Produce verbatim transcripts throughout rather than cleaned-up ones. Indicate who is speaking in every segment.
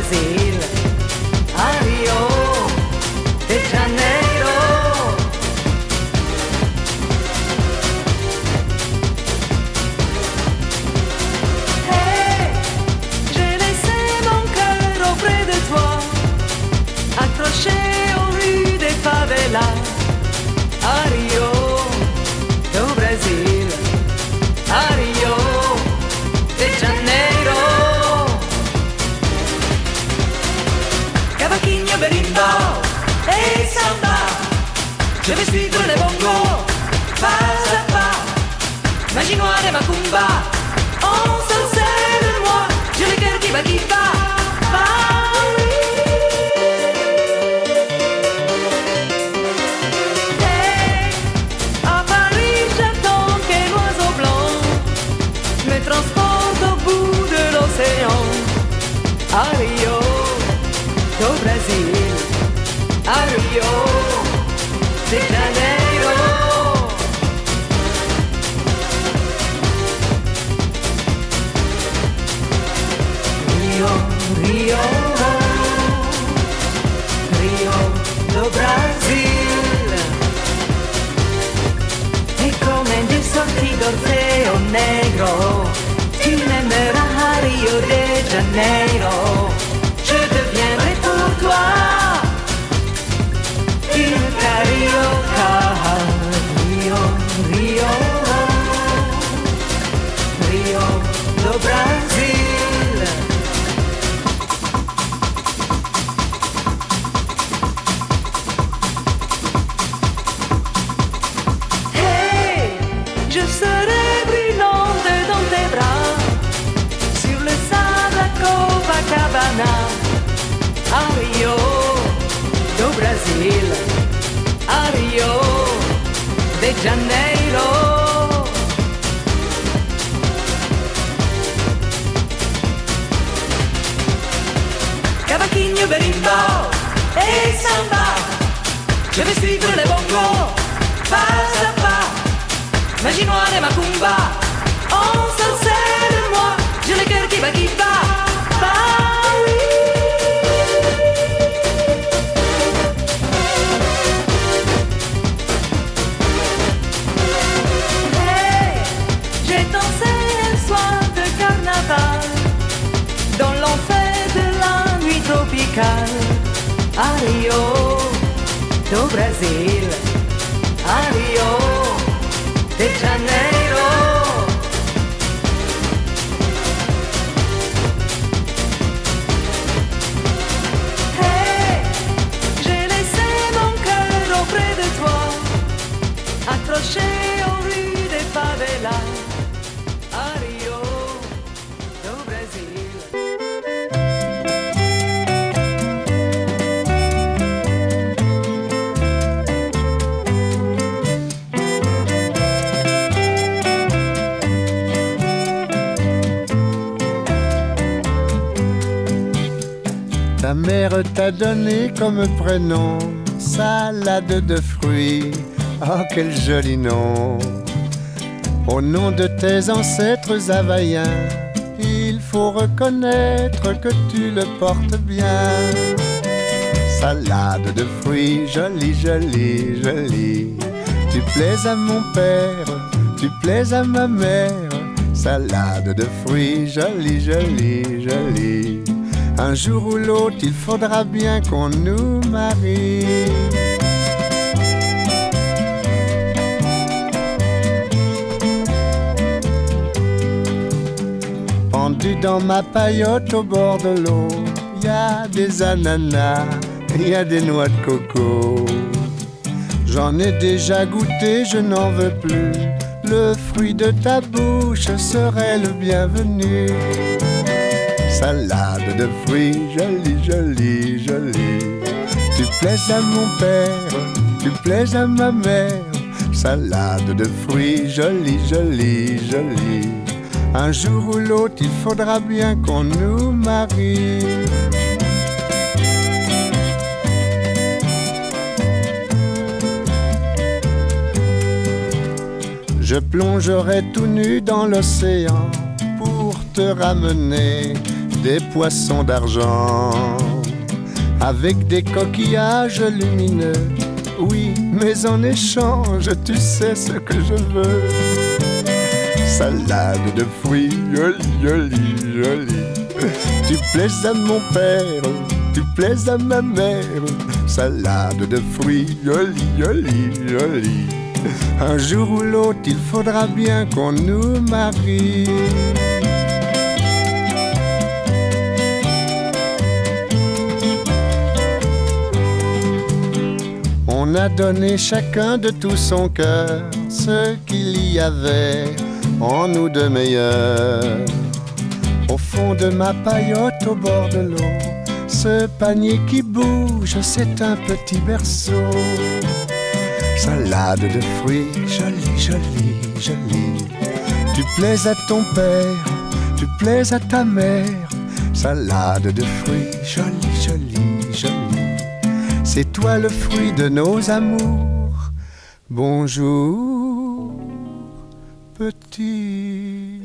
Speaker 1: Brasil, a Rio de Janeiro. Hey, j'ai laissé mon cœur auprès de toi, accroché aux rues des favelas, a Rio do Brasil, a Rio de Janeiro. Cavaquinho, berimbau et samba, je vais suivre les bongos, pas à pas, magie noire et macumba, on s'enseigne de moi, j'ai le cœur qui va, qui va, Paris. Hey, à Paris j'attends qu'un oiseau blanc me transporte au bout de l'océan, à Rio do Brasil, a Rio de Janeiro. Rio, Rio, Rio do Brasil. E come un Dio sorti d'Orfeo Negro, tu m'aimeras a Rio de Janeiro. Je deviendrai pour toi une carioca. Rio, Rio, Rio do Brasil. Hey, je serai brûlante dans tes bras, sur le sable à Copacabana, a Rio do Brasil, a Rio de Janeiro. Cavaquinho, berimbau et samba, je vais suivre les bongos, pas à pas, magie noire et macumba, on s'enseigne de moi, j'ai le cœur qui va, qui va, Paris. Hey, j'ai dansé un soir de carnaval dans l'enfer de la nuit tropicale, a Rio do Brasil, a Rio de Janeiro. Hey, j'ai laissé mon cœur auprès de toi, accroché aux rues des favelas, a Rio do Brasil.
Speaker 2: Ta mère t'a donné comme prénom salade de fruits. Oh, quel joli nom! Au nom de tes ancêtres havaïens, il faut reconnaître que tu le portes bien. Salade de fruits, jolie, jolie, jolie. Tu plais à mon père, tu plais à ma mère. Salade de fruits, jolie, jolie, jolie. Un jour ou l'autre, il faudra bien qu'on nous marie. Pendu dans ma paillote au bord de l'eau, y a des ananas, y a des noix de coco. J'en ai déjà goûté, je n'en veux plus. Le fruit de ta bouche serait le bienvenu. Salade de fruits, jolie, jolie, jolie. Tu plais à mon père, tu plais à ma mère. Salade de fruits, jolie, jolie, jolie. Un jour ou l'autre, il faudra bien qu'on nous marie. Je plongerai tout nu dans l'océan pour te ramener des poissons d'argent, avec des coquillages lumineux. Oui, mais en échange, tu sais ce que je veux. Salade de fruits, joli, joli, joli. Tu plais à mon père, tu plais à ma mère. Salade de fruits, joli, joli, joli. Un jour ou l'autre, il faudra bien qu'on nous marie. On a donné chacun de tout son cœur ce qu'il y avait en nous de meilleur. Au fond de ma paillote au bord de l'eau, ce panier qui bouge, c'est un petit berceau. Salade de fruits, jolie, jolie, jolie. Tu plais à ton père, tu plais à ta mère. Salade de fruits, jolie, jolie, jolie. C'est toi le fruit de nos amours. Bonjour, petit.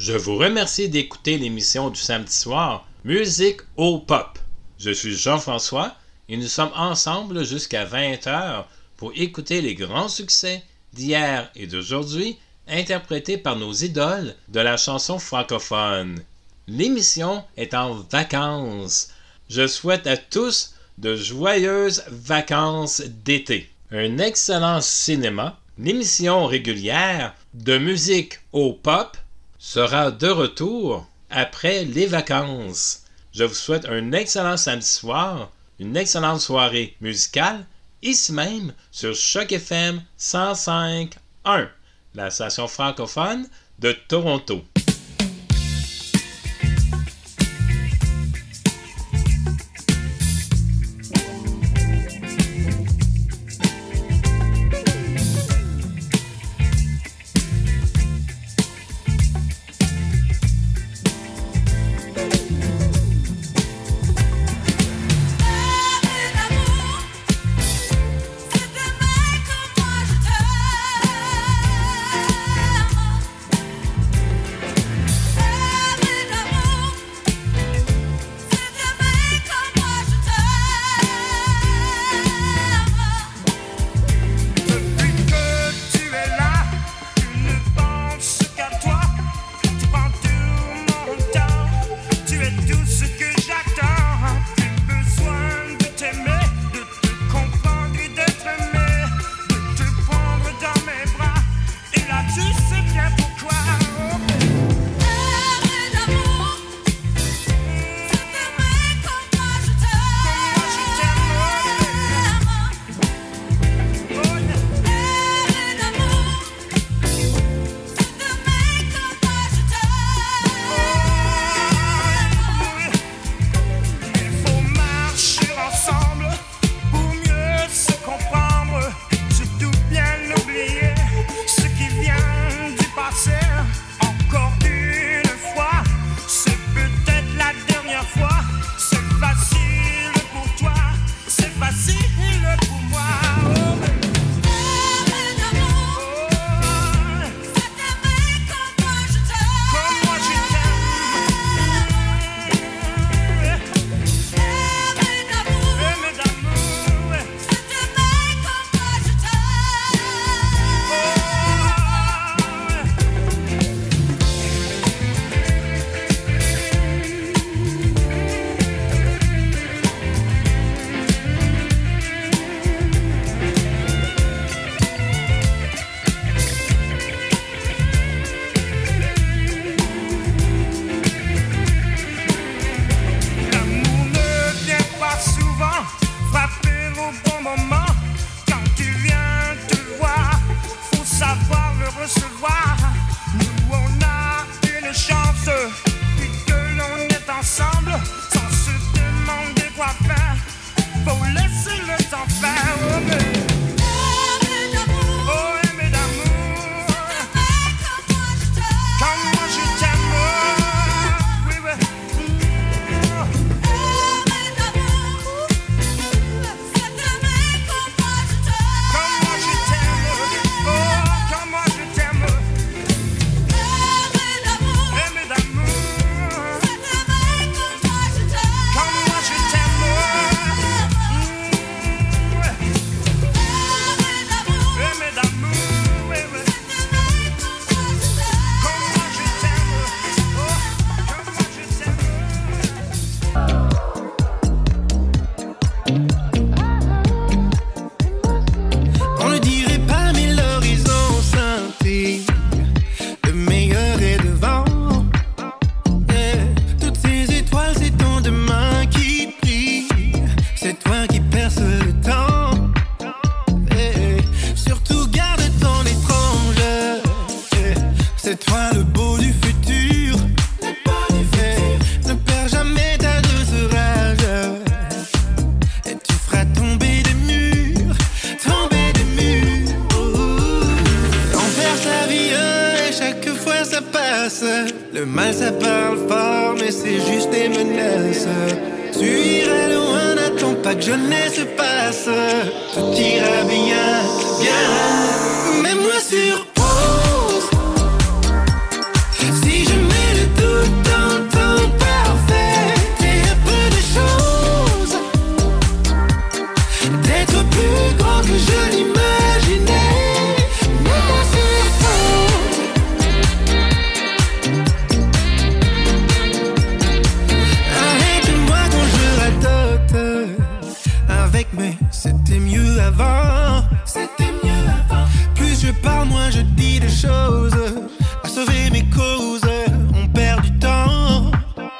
Speaker 3: Je vous remercie d'écouter l'émission du samedi soir Musique au Pop. Je suis Jean-François et nous sommes ensemble jusqu'à vingt heures pour écouter les grands succès d'hier et d'aujourd'hui interprétés par nos idoles de la chanson francophone. L'émission est en vacances. Je souhaite à tous de joyeuses vacances d'été. Un excellent cinéma. L'émission régulière de Musique au Pop sera de retour après les vacances. Je vous souhaite un excellent samedi soir, une excellente soirée musicale, ici même sur Choc F M cent cinq point un, la station francophone de Toronto.
Speaker 4: Le mal ça parle fort mais c'est juste des menaces. Tu iras loin, n'attends pas que jeunesse passe. Tout ira bien, bien. Mets-moi sur pause. Si je mets dit des choses, à sauver mes causes. On perd du temps.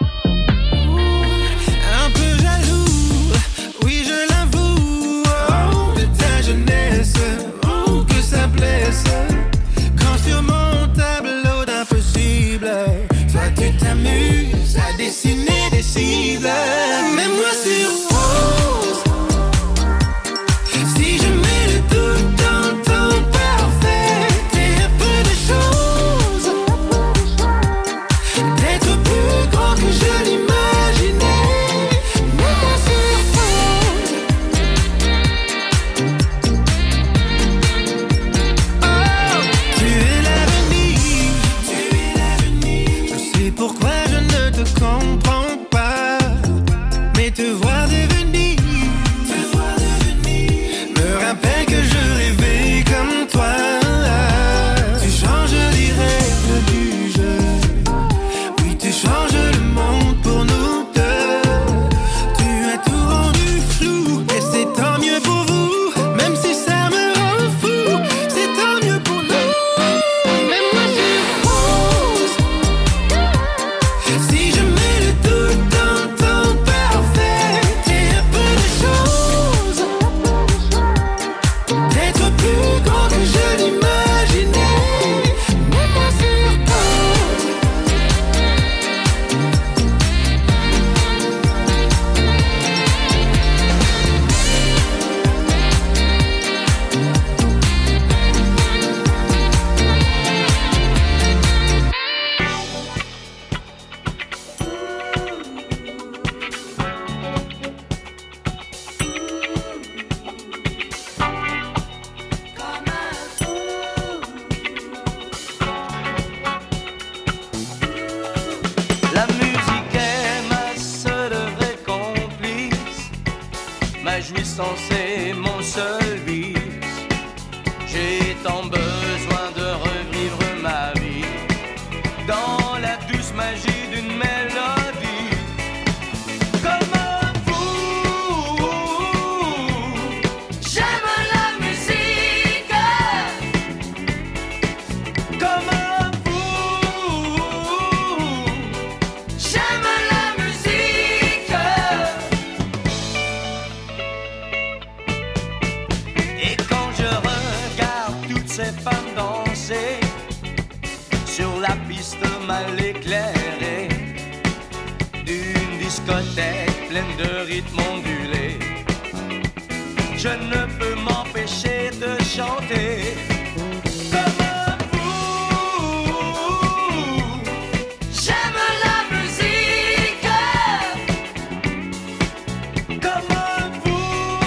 Speaker 4: Un peu jaloux, oui je l'avoue, oh, de ta jeunesse, oh, que ça blesse. Quand sur mon tableau d'impossible, toi tu t'amuses à dessiner des cibles. Mais moi sur rose, si je mets le tout dans ton parfait, et un peu de choses, d'être plus grand que je l'imaginais. Mais moi sur rose, oh, tu es l'avenir, tu es l'avenir. Je sais pourquoi je ne te comprends pas, mais te voir devenir, te voir devenir, me rappelle que je rêvais comme toi. Tu changes les règles du jeu, oui tu changes le monde pour nous deux. Tu as tout rendu flou, et c'est tant mieux pour vous, même si ça me rend fou, c'est tant mieux pour nous. Mais moi sur rose, si je mets le tout dans ton parfait, et un peu de choses, d'être plus grand que je l'imaginais. Mais moi sur rose,
Speaker 5: La musique est ma seule vraie complice, ma jouissance est mon seul vice. J'ai tant besoin de revivre ma vie dans la douce magie d'une mélodie. Comme un fou, j'aime la musique. Comme un fou, j'aime la musique. Et quand je regarde toutes ces femmes danser sur la piste mal éclairée d'une discothèque pleine de rythmes ondulés, je ne peux m'empêcher de chanter. Comme un fou, j'aime la musique. Comme un fou,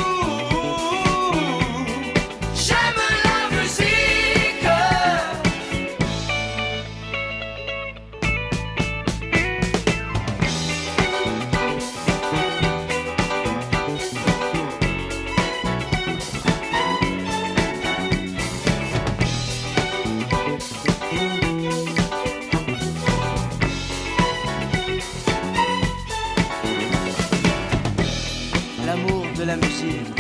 Speaker 5: j'aime la musique. L'amour de la musique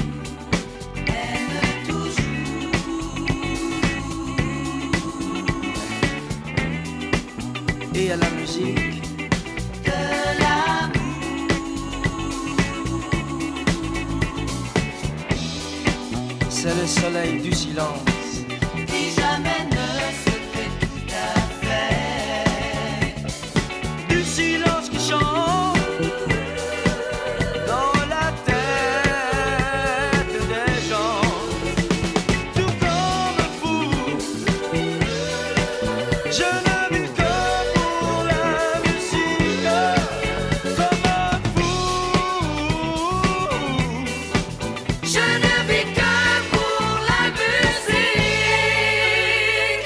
Speaker 5: et à la musique de l'amour. C'est le soleil du silence
Speaker 1: Qui jamais ne se tait tout à fait.
Speaker 5: du silence qui chante dans la tête des gens. Tout comme un fou, je ne vis que pour la musique. Comme un fou,
Speaker 1: Je ne vis que pour la musique.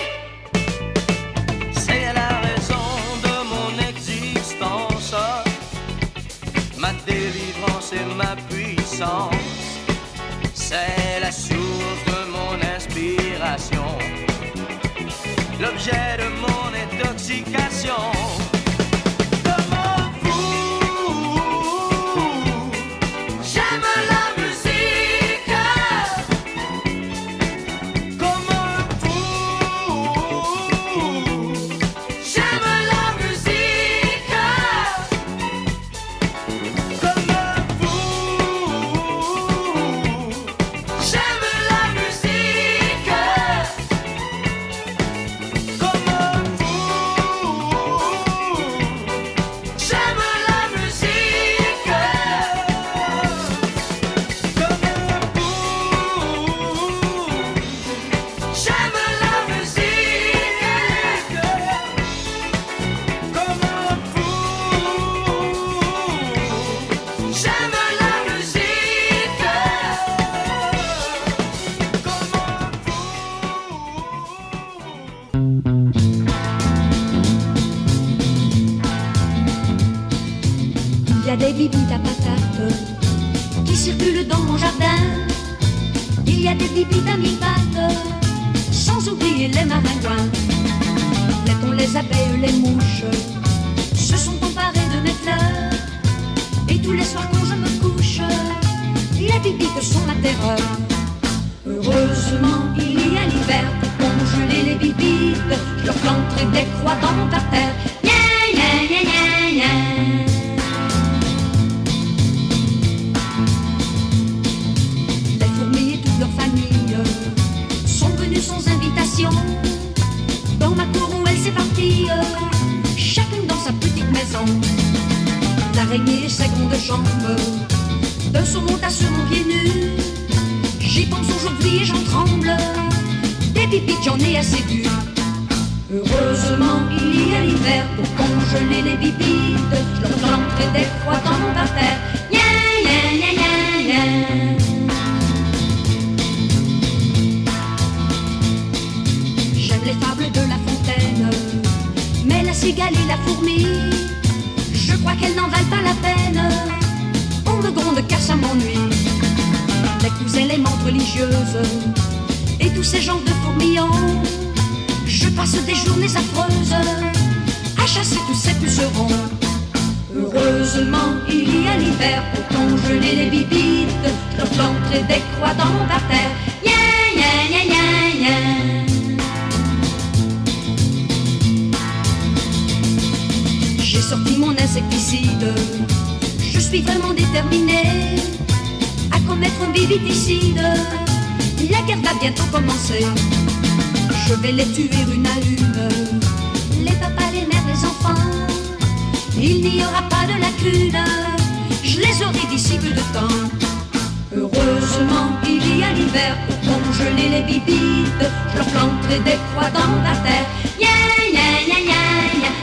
Speaker 5: c'est la raison de mon existence, ma délivrance et ma puissance. C'est la source de mon inspiration, l'objet de mon intoxication. Comme un fou,
Speaker 1: J'aime la musique.
Speaker 5: comme un fou,
Speaker 6: a des bibites à patates qui circulent dans mon jardin. Il y a des bibites à mille pattes, sans oublier les maringouins. Mettons les abeilles, les mouches se sont emparées de mes fleurs. Et tous les soirs quand je me couche, les bibites sont ma terreur. Heureusement, il y a l'hiver pour congeler les bibites. Je leur planterai des croix dans mon parterre. Nya, nya, nya, nya, nya. Les fourmis et toute leur famille sont venues sans invitation dans ma cour où elles s'éparpillent, chacune dans sa petite maison. L'araignée et ses grandes jambes d'un saut monta sur mon pied nu. J'y pense aujourd'hui et j'en tremble. Des bibites j'en ai assez vu. Heureusement il y a l'hiver pour congeler les bibites. Je leur planterai des croix dans mon parterre. Nya, nya, nya, nya, nya. J'aime les fables de La Fontaine, mais la cigale et la fourmi, je crois qu'elles n'en valent pas la peine. On me gronde car ça m'ennuie. Les cousins, les menthes religieuses et tous ces genres de fourmillons, je passe des journées affreuses à chasser tous ces pucerons. Heureusement il y a l'hiver pour congeler les bibites. Je leur planterai des croix dans mon parterre. Nya, nya, nya, nya, nya. J'ai sorti mon insecticide, je suis vraiment déterminée à commettre un bibiticide. La guerre va bientôt commencer. Je vais les tuer une à une, les papas, les mères, les enfants. Il n'y aura pas de lacune, je les aurai d'ici peu de temps. Heureusement il y a l'hiver pour congeler les bibites. Je leur planterai des croix dans la terre. Nya, nya, nya, nya, nya.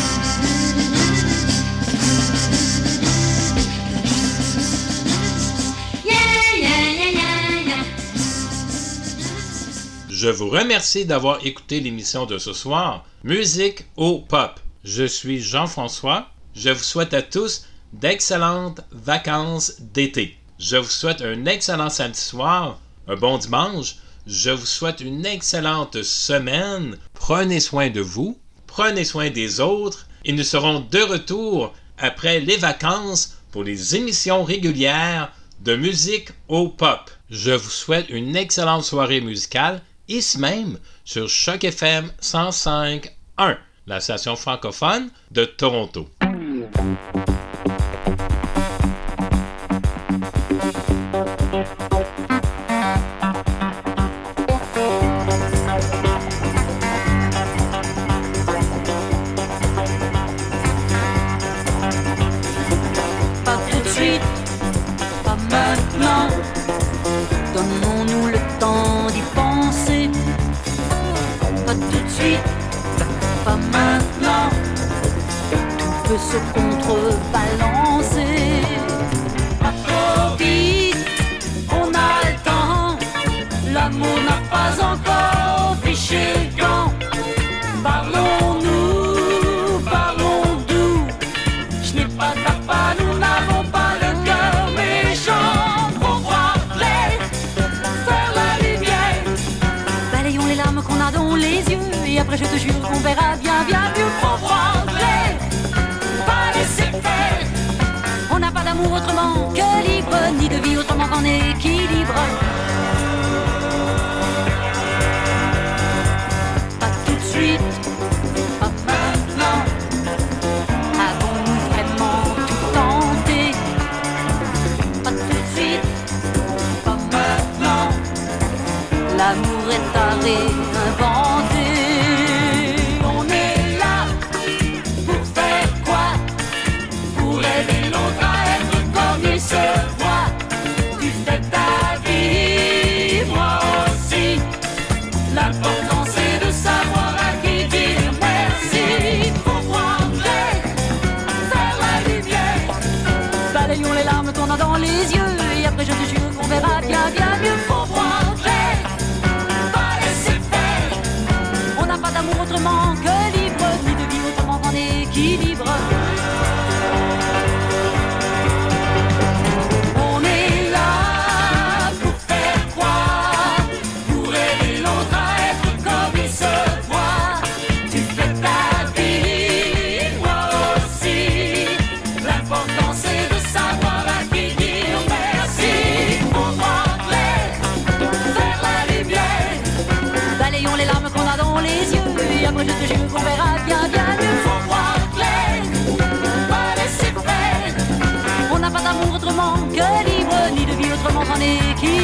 Speaker 3: Je vous remercie d'avoir écouté l'émission de ce soir, Musique au Pop. Je suis Jean-François. Je vous souhaite à tous d'excellentes vacances d'été. Je vous souhaite un excellent samedi soir, un bon dimanche. Je vous souhaite une excellente semaine. Prenez soin de vous, prenez soin des autres et nous serons de retour après les vacances pour les émissions régulières de Musique au Pop. Je vous souhaite une excellente soirée musicale ici même sur Choc F M cent cinq point un, la station francophone de Toronto.
Speaker 7: Pas tout de suite, pas maintenant. Donnons-nous le temps d'y penser. Pas tout de suite, pas maintenant. Tout peut se contrebalancer. Pas trop vite, on a le temps. L'amour n'a pas encore fiché le camp. Parlons-nous, parlons doux. Je n'ai pas d'appât, nous n'avons pas le cœur méchant. Faut voir clair, faire la lumière. Balayons les larmes qu'on a dans les yeux. Et après je te jure qu'on verra bien, bien mieux. Faut voir clair, pas laisser faire. On n'a pas d'amour autrement que libre, ni de vie autrement qu'en équilibre. Pas tout de suite, pas maintenant. Avons-nous vraiment tout tenté? Pas tout de suite, pas maintenant. L'amour est à réinventer. On est là pour faire quoi? Pour aider l'autre à être comme il se voit. Tu fais ta vie, moi aussi. L'important c'est de savoir à qui dire merci. Faut voir clair, faire la lumière. Balayons les larmes qu'on a dans les yeux. Et après je te jure qu'on verra bien, bien mieux. Faut voir clair, pas laisser faire. On n'a pas d'amour autrement que libre, ni de vie autrement qu'en équilibre. libre, je te jure qu'on verra bien, bien. Il faut voir clair, pas laisser faire. On n'a pas d'amour autrement que libre, ni de vie autrement qu'en équilibre.